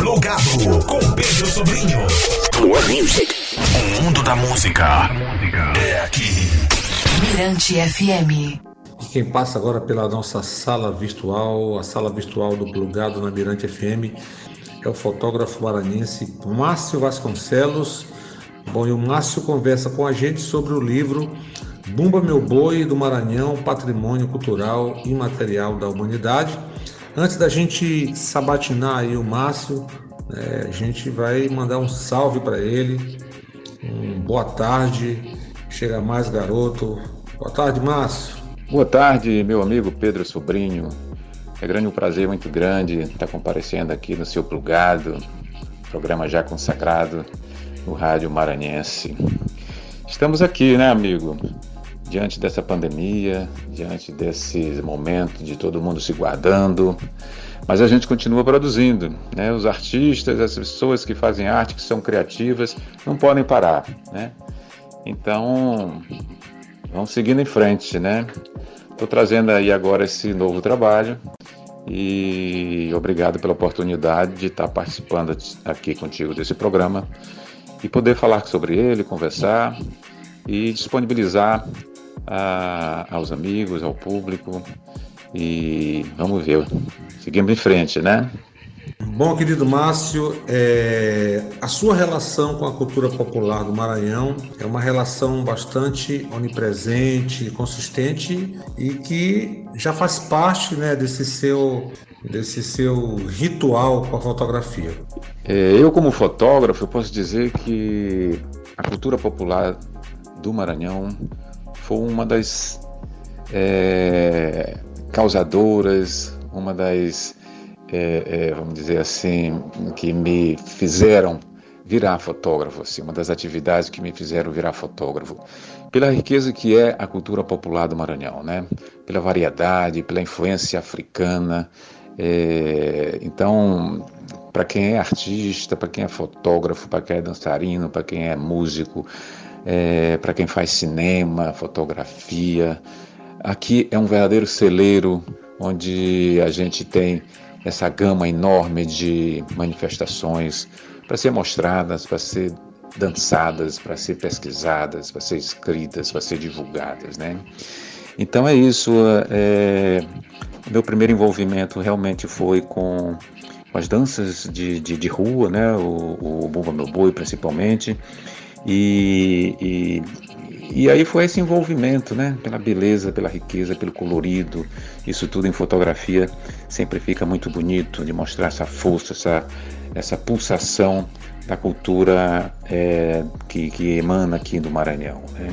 Plugado com Pedro Sobrinho. More Music. O mundo da música é aqui. Mirante FM. E quem passa agora pela nossa sala virtual, a sala virtual do Plugado na Mirante FM, é o fotógrafo maranhense Márcio Vasconcelos. Bom, e o Márcio conversa com a gente sobre o livro Bumba Meu Boi do Maranhão, Patrimônio Cultural Imaterial da Humanidade. Antes da gente sabatinar aí o Márcio, a gente vai mandar um salve para ele, boa tarde, chega mais garoto. Boa tarde, Márcio. Boa tarde, meu amigo Pedro Sobrinho. É um prazer muito grande estar comparecendo aqui no seu Plugado, programa já consagrado no Rádio Maranhense. Estamos aqui, né, amigo? Diante dessa pandemia, diante desse momento de todo mundo se guardando, mas a gente continua produzindo, né? Os artistas, as pessoas que fazem arte, que são criativas, não podem parar, né? Então, vamos seguindo em frente, né? Estou trazendo aí agora esse novo trabalho e obrigado pela oportunidade de estar participando aqui contigo desse programa e poder falar sobre ele, conversar e disponibilizar aos amigos, ao público, e vamos ver, seguimos em frente, né? Bom, querido Márcio, a sua relação com a cultura popular do Maranhão é uma relação bastante onipresente, consistente e que já faz parte, né, desse seu ritual com a fotografia. Eu, como fotógrafo, eu posso dizer que a cultura popular do Maranhão foi uma das causadoras, uma das, vamos dizer assim, que me fizeram virar fotógrafo, assim, uma das atividades que me fizeram virar fotógrafo, pela riqueza que é a cultura popular do Maranhão, né? Pela variedade, pela influência africana. Então, para quem é artista, para quem é fotógrafo, para quem é dançarino, para quem é músico, para quem faz cinema, fotografia, aqui é um verdadeiro celeiro onde a gente tem essa gama enorme de manifestações para ser mostradas, para ser dançadas, para ser pesquisadas, para ser escritas, para ser divulgadas, né? Então é isso. Meu primeiro envolvimento realmente foi com as danças de rua, né? O Bumba Meu Boi, principalmente. E aí foi esse envolvimento, né? Pela beleza, pela riqueza, pelo colorido. Isso tudo em fotografia sempre fica muito bonito, de mostrar essa força, essa pulsação da cultura que emana aqui do Maranhão, né?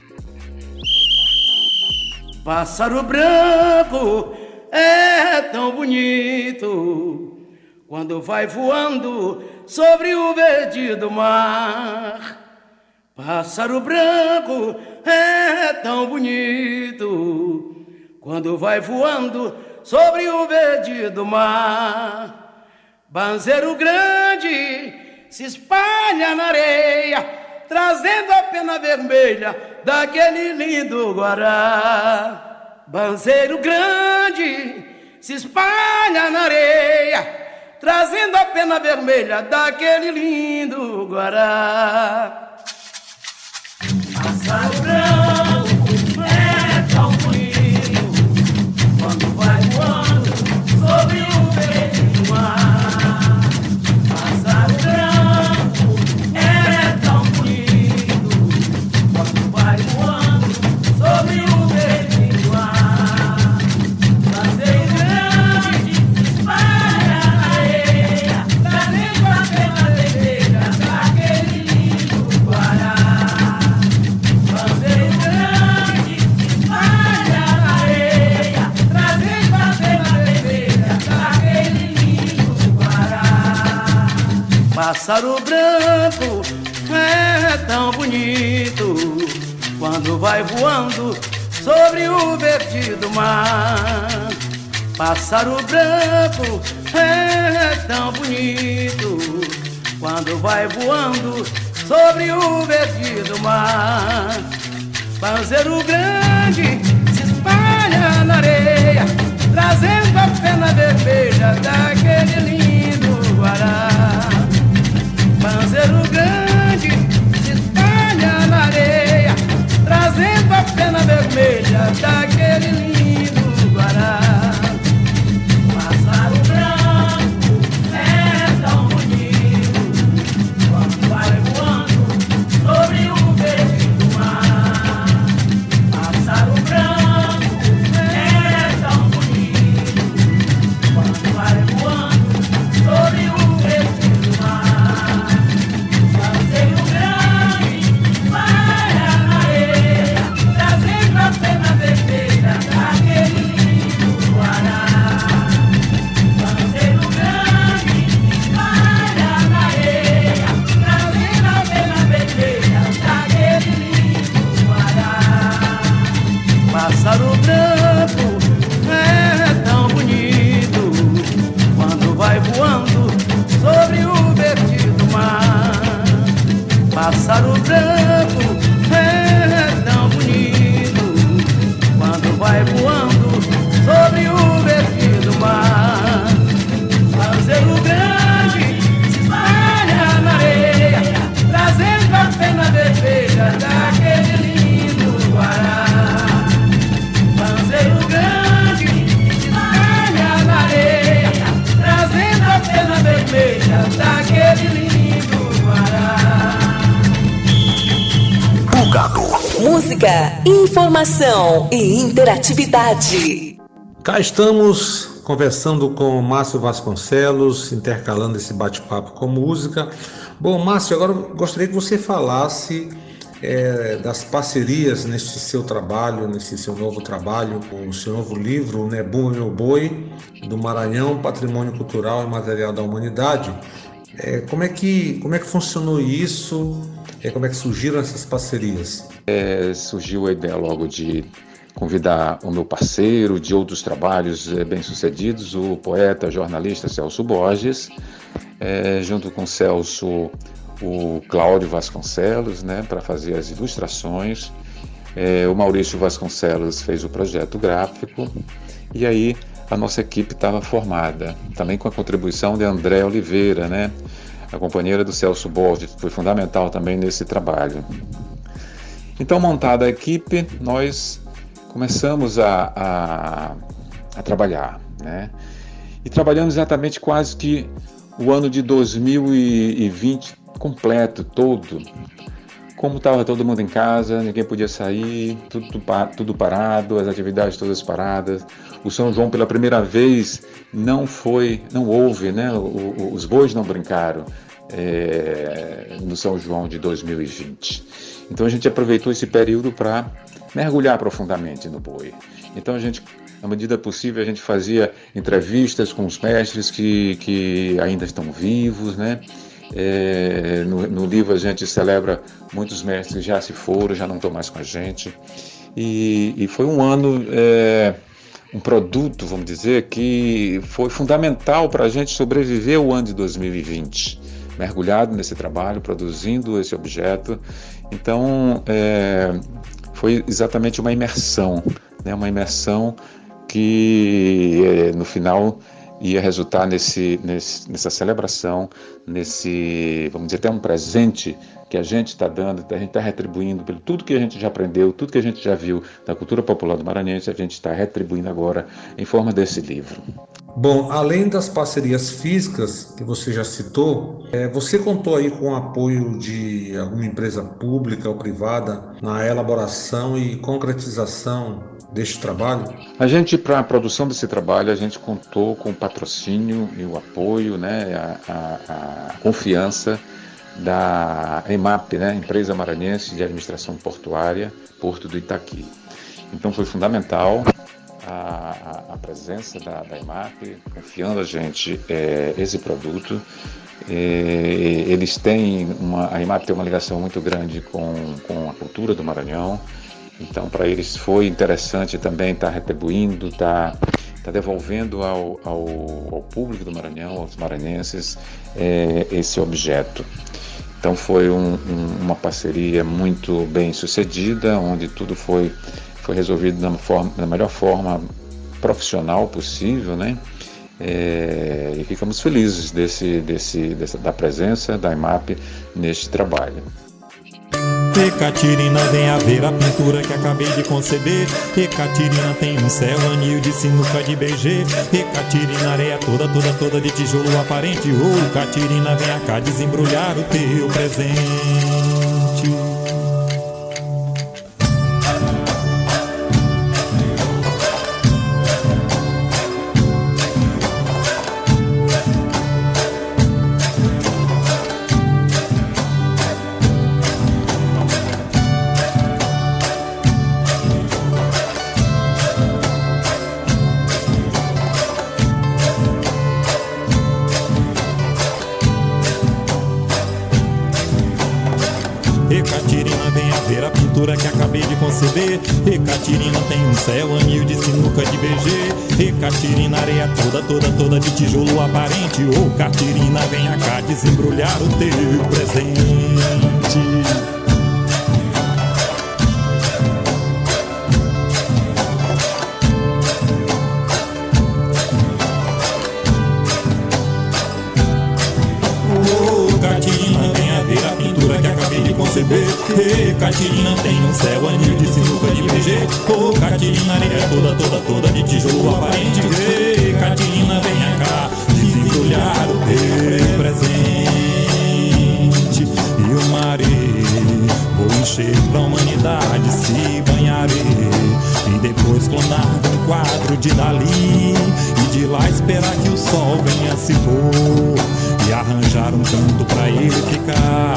Pássaro branco é tão bonito quando vai voando sobre o verde do mar. Pássaro branco é tão bonito quando vai voando sobre o verde do mar. Banzeiro grande se espalha na areia, trazendo a pena vermelha daquele lindo Guará. Banzeiro grande se espalha na areia, trazendo a pena vermelha daquele lindo Guará. Pássaro branco é tão bonito quando vai voando sobre o verde do mar. Pássaro branco é tão bonito quando vai voando sobre o verde do mar. Banzeiro grande se espalha na areia, trazendo a pena vermelha daquele lindo Guará. Pássaro branco é tão bonito quando vai voando sobre o verde do mar. Pássaro branco é tão bonito quando vai voando sobre o verde do mar. Banzeiro grande se espalha na areia, trazendo a pena vermelha daquele lindo Guará. música, informação e interatividade. Cá estamos conversando com Márcio Vasconcelos, intercalando esse bate-papo com música. Bom, Márcio, agora eu gostaria que você falasse das parcerias nesse seu trabalho, nesse seu novo trabalho, o seu novo livro, né, Bumba Meu Boi, do Maranhão, Patrimônio Cultural e Material da Humanidade. Como é que funcionou isso? Como é que surgiram essas parcerias? Surgiu a ideia logo de convidar o meu parceiro de outros trabalhos bem-sucedidos, o poeta, jornalista Celso Borges, junto com Celso, o Cláudio Vasconcelos, né, para fazer as ilustrações. O Maurício Vasconcelos fez o projeto gráfico, e aí a nossa equipe estava formada, também com a contribuição de André Oliveira, né, a companheira do Celso Borges, que foi fundamental também nesse trabalho. Então, montada a equipe, nós começamos a trabalhar, né, e trabalhamos exatamente quase que o ano de 2020 completo, todo. Como estava todo mundo em casa, ninguém podia sair, tudo parado, as atividades todas paradas. O São João, pela primeira vez, não houve, né? Os bois não brincaram no São João de 2020. Então a gente aproveitou esse período para mergulhar profundamente no boi. Então a gente, na medida possível, a gente fazia entrevistas com os mestres que ainda estão vivos, né? No livro a gente celebra muitos mestres que já se foram, já não estão mais com a gente, e foi um ano, um produto, vamos dizer, que foi fundamental para a gente sobreviver o ano de 2020, mergulhado nesse trabalho, produzindo esse objeto. Então foi exatamente uma imersão, né? Uma imersão que no final ia resultar nessa celebração, vamos dizer, até um presente que a gente está dando, a gente está retribuindo pelo tudo que a gente já aprendeu, tudo que a gente já viu da cultura popular do Maranhense, a gente está retribuindo agora em forma desse livro. Bom, além das parcerias físicas que você já citou, você contou aí com o apoio de alguma empresa pública ou privada na elaboração e concretização deste trabalho? A gente, para a produção desse trabalho, a gente contou com o patrocínio e o apoio, né, a confiança da EMAP, né, Empresa Maranhense de Administração Portuária, Porto do Itaqui. Então foi fundamental a presença da EMAP, confiando a gente esse produto. Eles têm a EMAP tem uma ligação muito grande com a cultura do Maranhão. Então, para eles foi interessante também estar retribuindo, estar devolvendo ao público do Maranhão, aos maranhenses, esse objeto. Então, foi uma parceria muito bem sucedida, onde tudo foi resolvido da melhor forma profissional possível, né? E ficamos felizes da presença da EMAP neste trabalho. Catirina, vem a ver a pintura que acabei de conceber. Catirina tem um céu, anil de sinuca de BG. Catirina, areia toda de tijolo aparente ouro. Catirina, vem cá desembrulhar o teu presente. Catirina, vem a ver a pintura que acabei de conceber. Catirina tem um céu, anil de sinuca de BG. Catirina, areia toda de tijolo aparente. Catirina, vem cá desembrulhar o teu presente. Catirina, vem a ver a pintura que acabei de conceber. Catirina tem um céu, anil de sinuca de BG. Catirina, areia toda de tijolo aparente. Catirina, vem cá desembrulhar o teu presente. E o maré vou encher pra humanidade, sim. depois clonar um quadro de Dali, e de lá esperar que o sol venha se pôr e arranjar um canto pra ele ficar.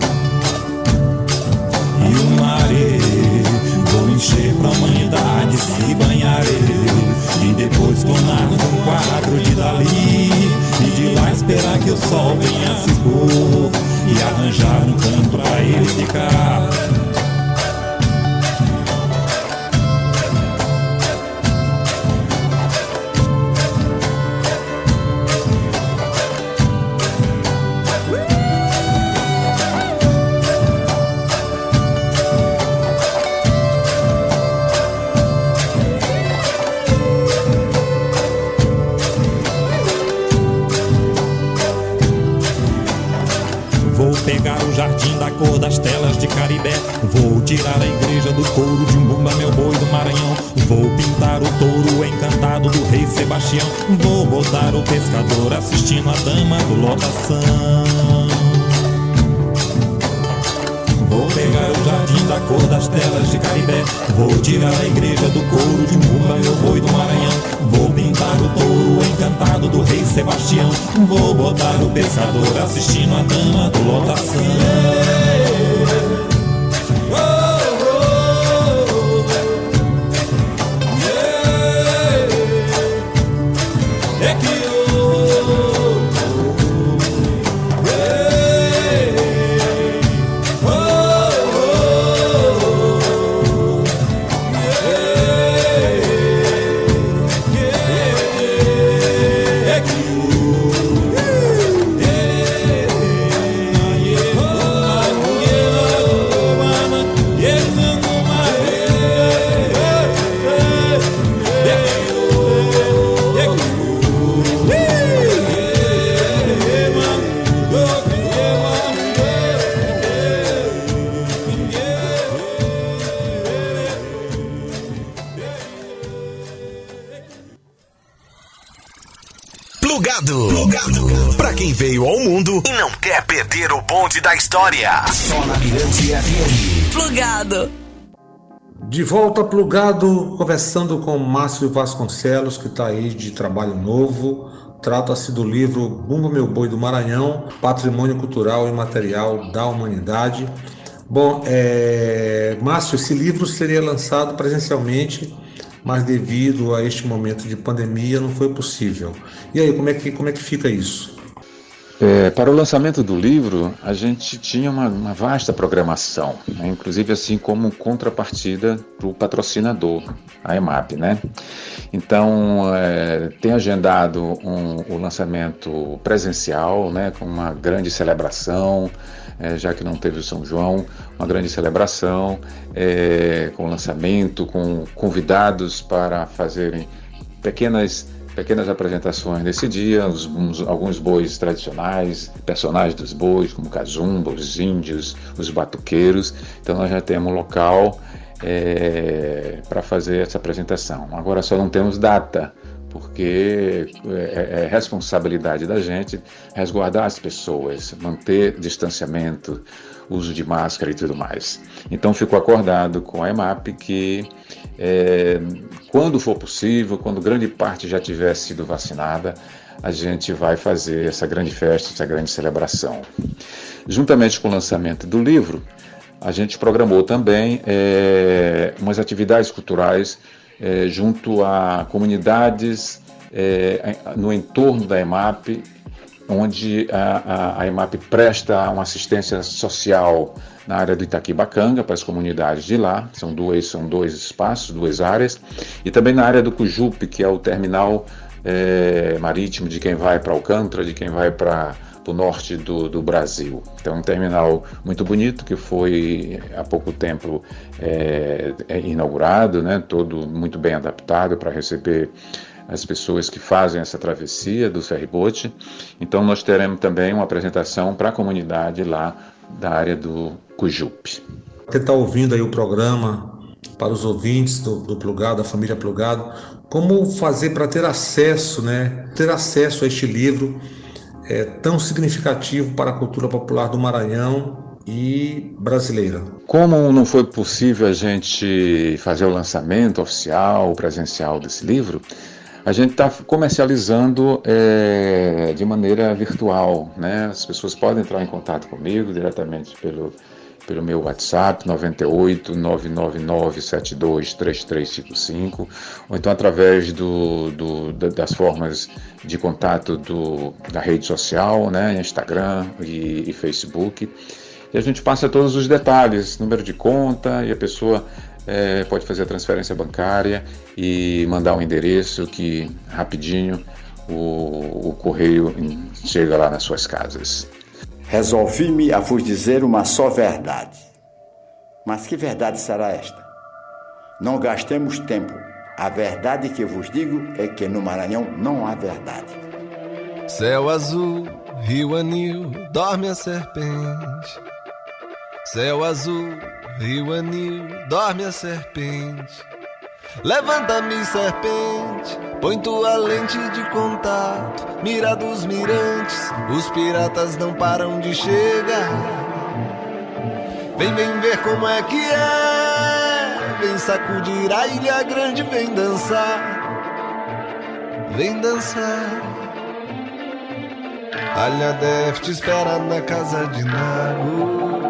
E o maré vou encher pra humanidade se banhar e depois clonar um quadro de Dali, e de lá esperar que o sol venha se pôr e arranjar um canto pra ele ficar. Cor das telas de Caribé, vou tirar a igreja do couro de Umbumba, meu boi do Maranhão. Vou pintar o touro encantado do rei Sebastião. Vou botar o pescador assistindo a dama do Lotação. Vou pegar o jardim da cor das telas de Caribé, vou tirar a igreja do couro de Umbumba, meu boi do Maranhão. Vou pintar o touro encantado do rei Sebastião. Vou botar o pescador assistindo a dama do Lotação. Plugado. Pra quem veio ao mundo e não quer perder o bonde da história. Só na Mirante FM. Plugado. De volta plugado, conversando com Márcio Vasconcelos, que está aí de trabalho novo. Trata-se do livro Bumba Meu Boi do Maranhão, Patrimônio Cultural e Material da Humanidade. Bom, Márcio, esse livro seria lançado presencialmente, mas devido a este momento de pandemia não foi possível. E aí, como é que fica isso? Para o lançamento do livro, a gente tinha uma vasta programação, né? Inclusive assim como contrapartida para o patrocinador, a EMAP, né? Então, tem agendado o lançamento presencial, né, com uma grande celebração, já que não teve o São João, uma grande celebração, com lançamento, com convidados para fazerem pequenas apresentações nesse dia, alguns bois tradicionais, personagens dos bois, como Cazumba, os índios, os batuqueiros. Então nós já temos um local para fazer essa apresentação. Agora só não temos data, porque é responsabilidade da gente resguardar as pessoas, manter distanciamento, uso de máscara e tudo mais. Então ficou acordado com a EMAP que quando for possível, quando grande parte já tiver sido vacinada, a gente vai fazer essa grande festa, essa grande celebração. Juntamente com o lançamento do livro, a gente programou também umas atividades culturais junto a comunidades no entorno da EMAP, onde a EMAP presta uma assistência social na área do Itaquibacanga, para as comunidades de lá, são dois espaços, duas áreas, e também na área do Cujupe, que é o terminal marítimo de quem vai para Alcântara, de quem vai para o norte do Brasil. Então, um terminal muito bonito, que foi há pouco tempo inaugurado, né, todo muito bem adaptado para receber as pessoas que fazem essa travessia do ferryboat. Então nós teremos também uma apresentação para a comunidade lá da área do Cujupe. Quem está ouvindo aí o programa, para os ouvintes do Plugado, da família Plugado, como fazer para ter acesso a este livro tão significativo para a cultura popular do Maranhão e brasileira. Como não foi possível a gente fazer o lançamento oficial, presencial desse livro, a gente está comercializando de maneira virtual, né? As pessoas podem entrar em contato comigo diretamente pelo meu WhatsApp, 98 999 72 3355, ou então através das formas de contato da rede social, né? Instagram e Facebook. E a gente passa todos os detalhes, número de conta, e a pessoa pode fazer a transferência bancária e mandar um endereço que rapidinho o correio chega lá nas suas casas. Resolvi-me a vos dizer uma só verdade. Mas que verdade será esta? Não gastemos tempo. A verdade que vos digo é que no Maranhão não há verdade. Céu azul, rio anil, dorme a serpente. Céu azul, rio anil, dorme a serpente. Levanta-me, serpente, põe tua lente de contato. Mira dos mirantes, os piratas não param de chegar. Vem ver como é que é. Vem sacudir a Ilha Grande, vem dançar. Vem dançar. Alhadef te espera na casa de Nago.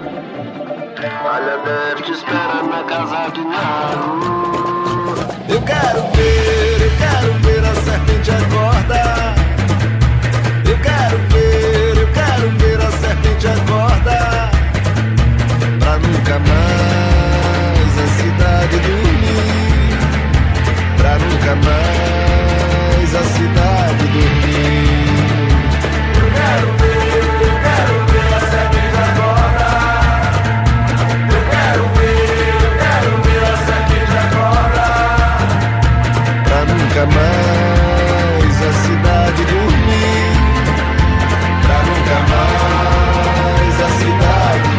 Alhadef te espera na casa de Nago. Eu quero ver a serpente acordar. Eu quero ver a serpente acordar. Pra nunca mais a cidade dormir. Pra nunca mais a cidade dormir. Eu quero ver a serpente acordar. Eu quero ver a serpente acordar. Pra nunca mais a cidade dormir. Pra nunca mais a cidade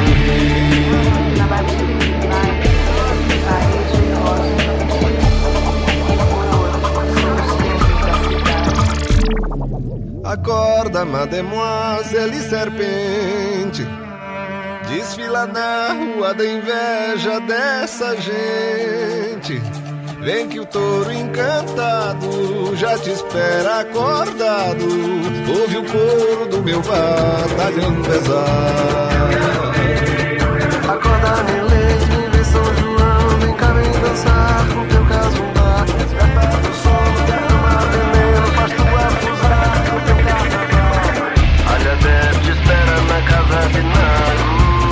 dormir. Acorda, mademoiselle serpente, desfila na rua da inveja dessa gente. Vem que o touro encantado já te espera acordado. Ouve o coro do meu batalhão pesado. Acorda, Melene, vem São João, vem cá, vem dançar com teu casumbá. Desperta do sono, derrama veneno, faz tua fusar com teu carnaval. Alhadef te espera na casa de Nago.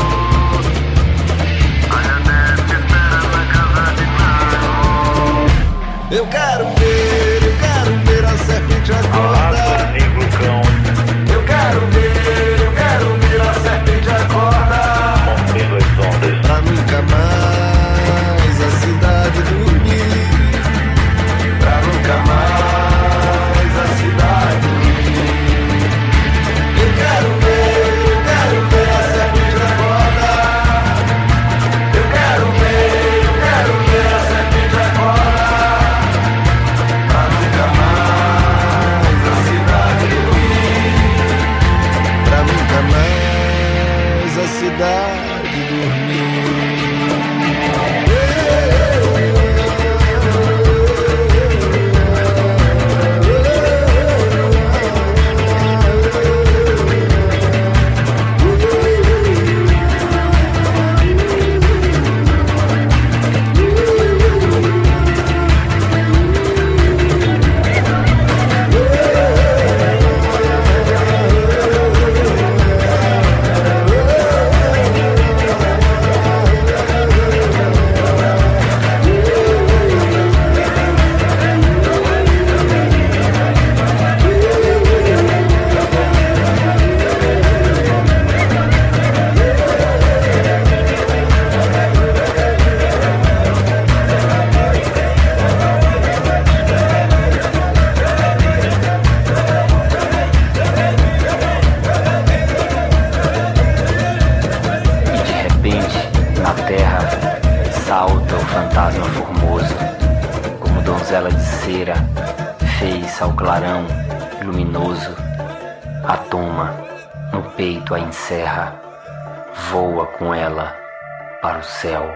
Alhadef te espera na casa de Nago. Eu quero ver a serpente acordar. Eu quero ver a serpente acordar. Pra nunca mais a cidade dormir. Pra nunca mais a cidade dormir. Eu quero ver a serpente acordar. Eu quero ver a serpente acordar. Pra nunca mais a cidade dormir. Pra nunca mais a cidade dormir. Ao clarão luminoso, a toma no peito a encerra, voa com ela para o céu.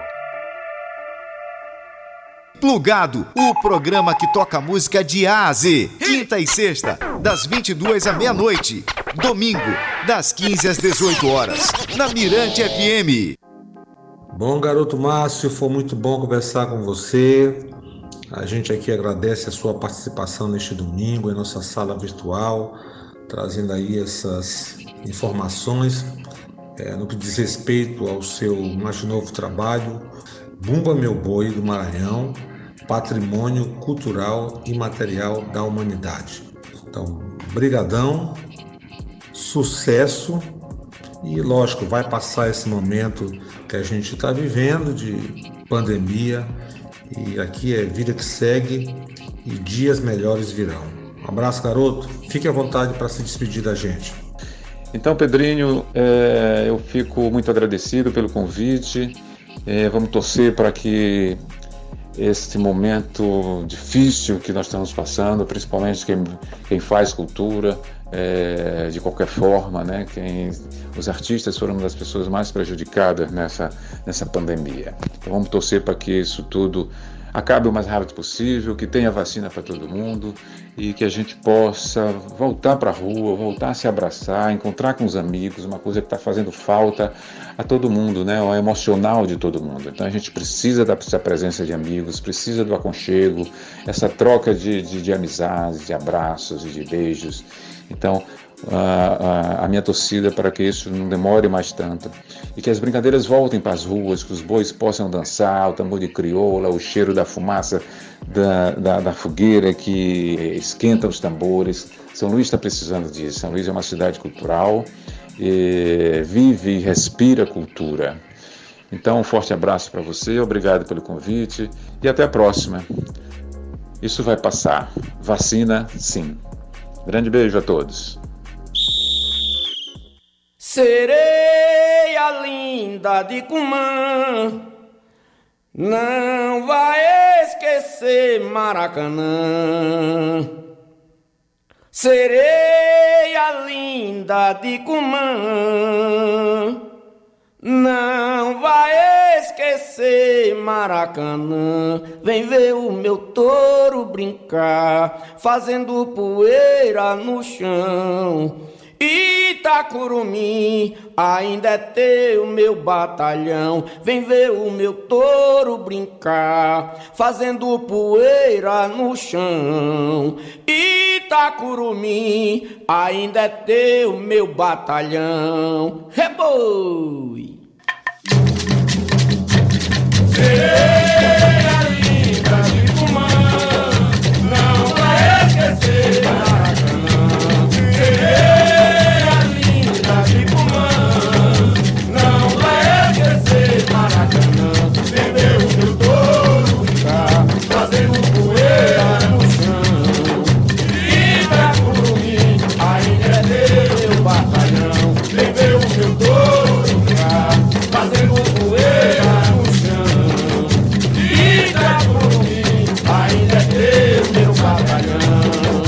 Plugado, o programa que toca música de A a Z. Quinta e sexta, das 22 à meia-noite. Domingo, das 15 às 18 horas, na Mirante FM. Bom, garoto Márcio, foi muito bom conversar com você. A gente aqui agradece a sua participação neste domingo em nossa sala virtual, trazendo aí essas informações no que diz respeito ao seu mais novo trabalho, Bumba Meu Boi do Maranhão, Patrimônio Cultural e Material da Humanidade. Então, brigadão, sucesso e, lógico, vai passar esse momento que a gente está vivendo de pandemia e aqui é vida que segue e dias melhores virão. Um abraço, garoto. Fique à vontade para se despedir da gente. Então, Pedrinho, eu fico muito agradecido pelo convite. Vamos torcer para que este momento difícil que nós estamos passando, principalmente quem faz cultura, de qualquer forma, né? Os artistas foram uma das pessoas mais prejudicadas nessa pandemia. Então vamos torcer para que isso tudo acabe o mais rápido possível, que tenha vacina para todo mundo e que a gente possa voltar para a rua, voltar a se abraçar, encontrar com os amigos, uma coisa que está fazendo falta a todo mundo, né? O emocional de todo mundo. Então a gente precisa dessa presença de amigos, precisa do aconchego, essa troca de amizades, de abraços e de beijos. Então a minha torcida é para que isso não demore mais tanto e que as brincadeiras voltem para as ruas, que os bois possam dançar, o tambor de crioula, o cheiro da fumaça da fogueira que esquenta os tambores. São Luís está precisando disso. São Luís é uma cidade cultural, vive e respira cultura. Então um forte abraço para você, obrigado pelo convite e até a próxima. Isso vai passar. Vacina, sim. Grande beijo a todos. Sereia linda de Cumã, não vai esquecer Maracanã. Sereia linda de Cumã, não vai esquecer Maracanã. Vem ver o meu touro brincar, fazendo poeira no chão. Itacurumim ainda é teu, meu batalhão. Vem ver o meu touro brincar, fazendo poeira no chão. Itacurumim ainda é teu, meu batalhão. Reboi! Sereia linda de Cumã, não vai esquecer Maracanã. Sereia linda de Cumã, não vai esquecer Maracanã. Vem ver o meu touro brincar, fazendo poeira no chão. Itacurumim ainda é teu batalhão. Vem ver o meu touro brincar, fazendo poeira no chão. Itacurumim ainda é teu, meu batalhão.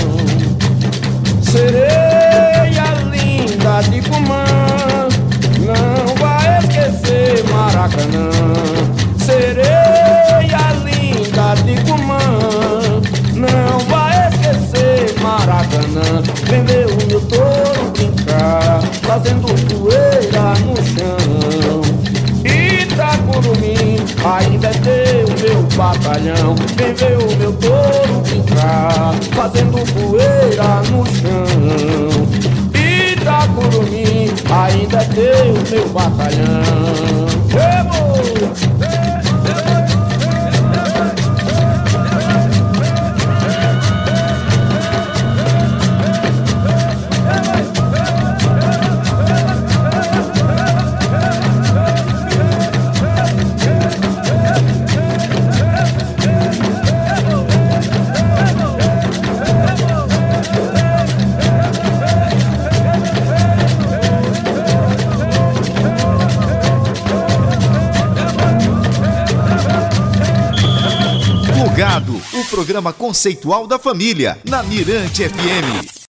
Sereia linda de Cumã, não vai esquecer Maracanã. Sereia linda de Cumã, não vai esquecer Maracanã. Vem ver o meu touro brincar, fazendo poeira no chão. Itacurumim ainda é teu, meu batalhão. Vem ver o meu touro brincar, fazendo poeira no chão. Itacurumim ainda é teu, meu batalhão. Plugado, o programa conceitual da família, na Mirante FM.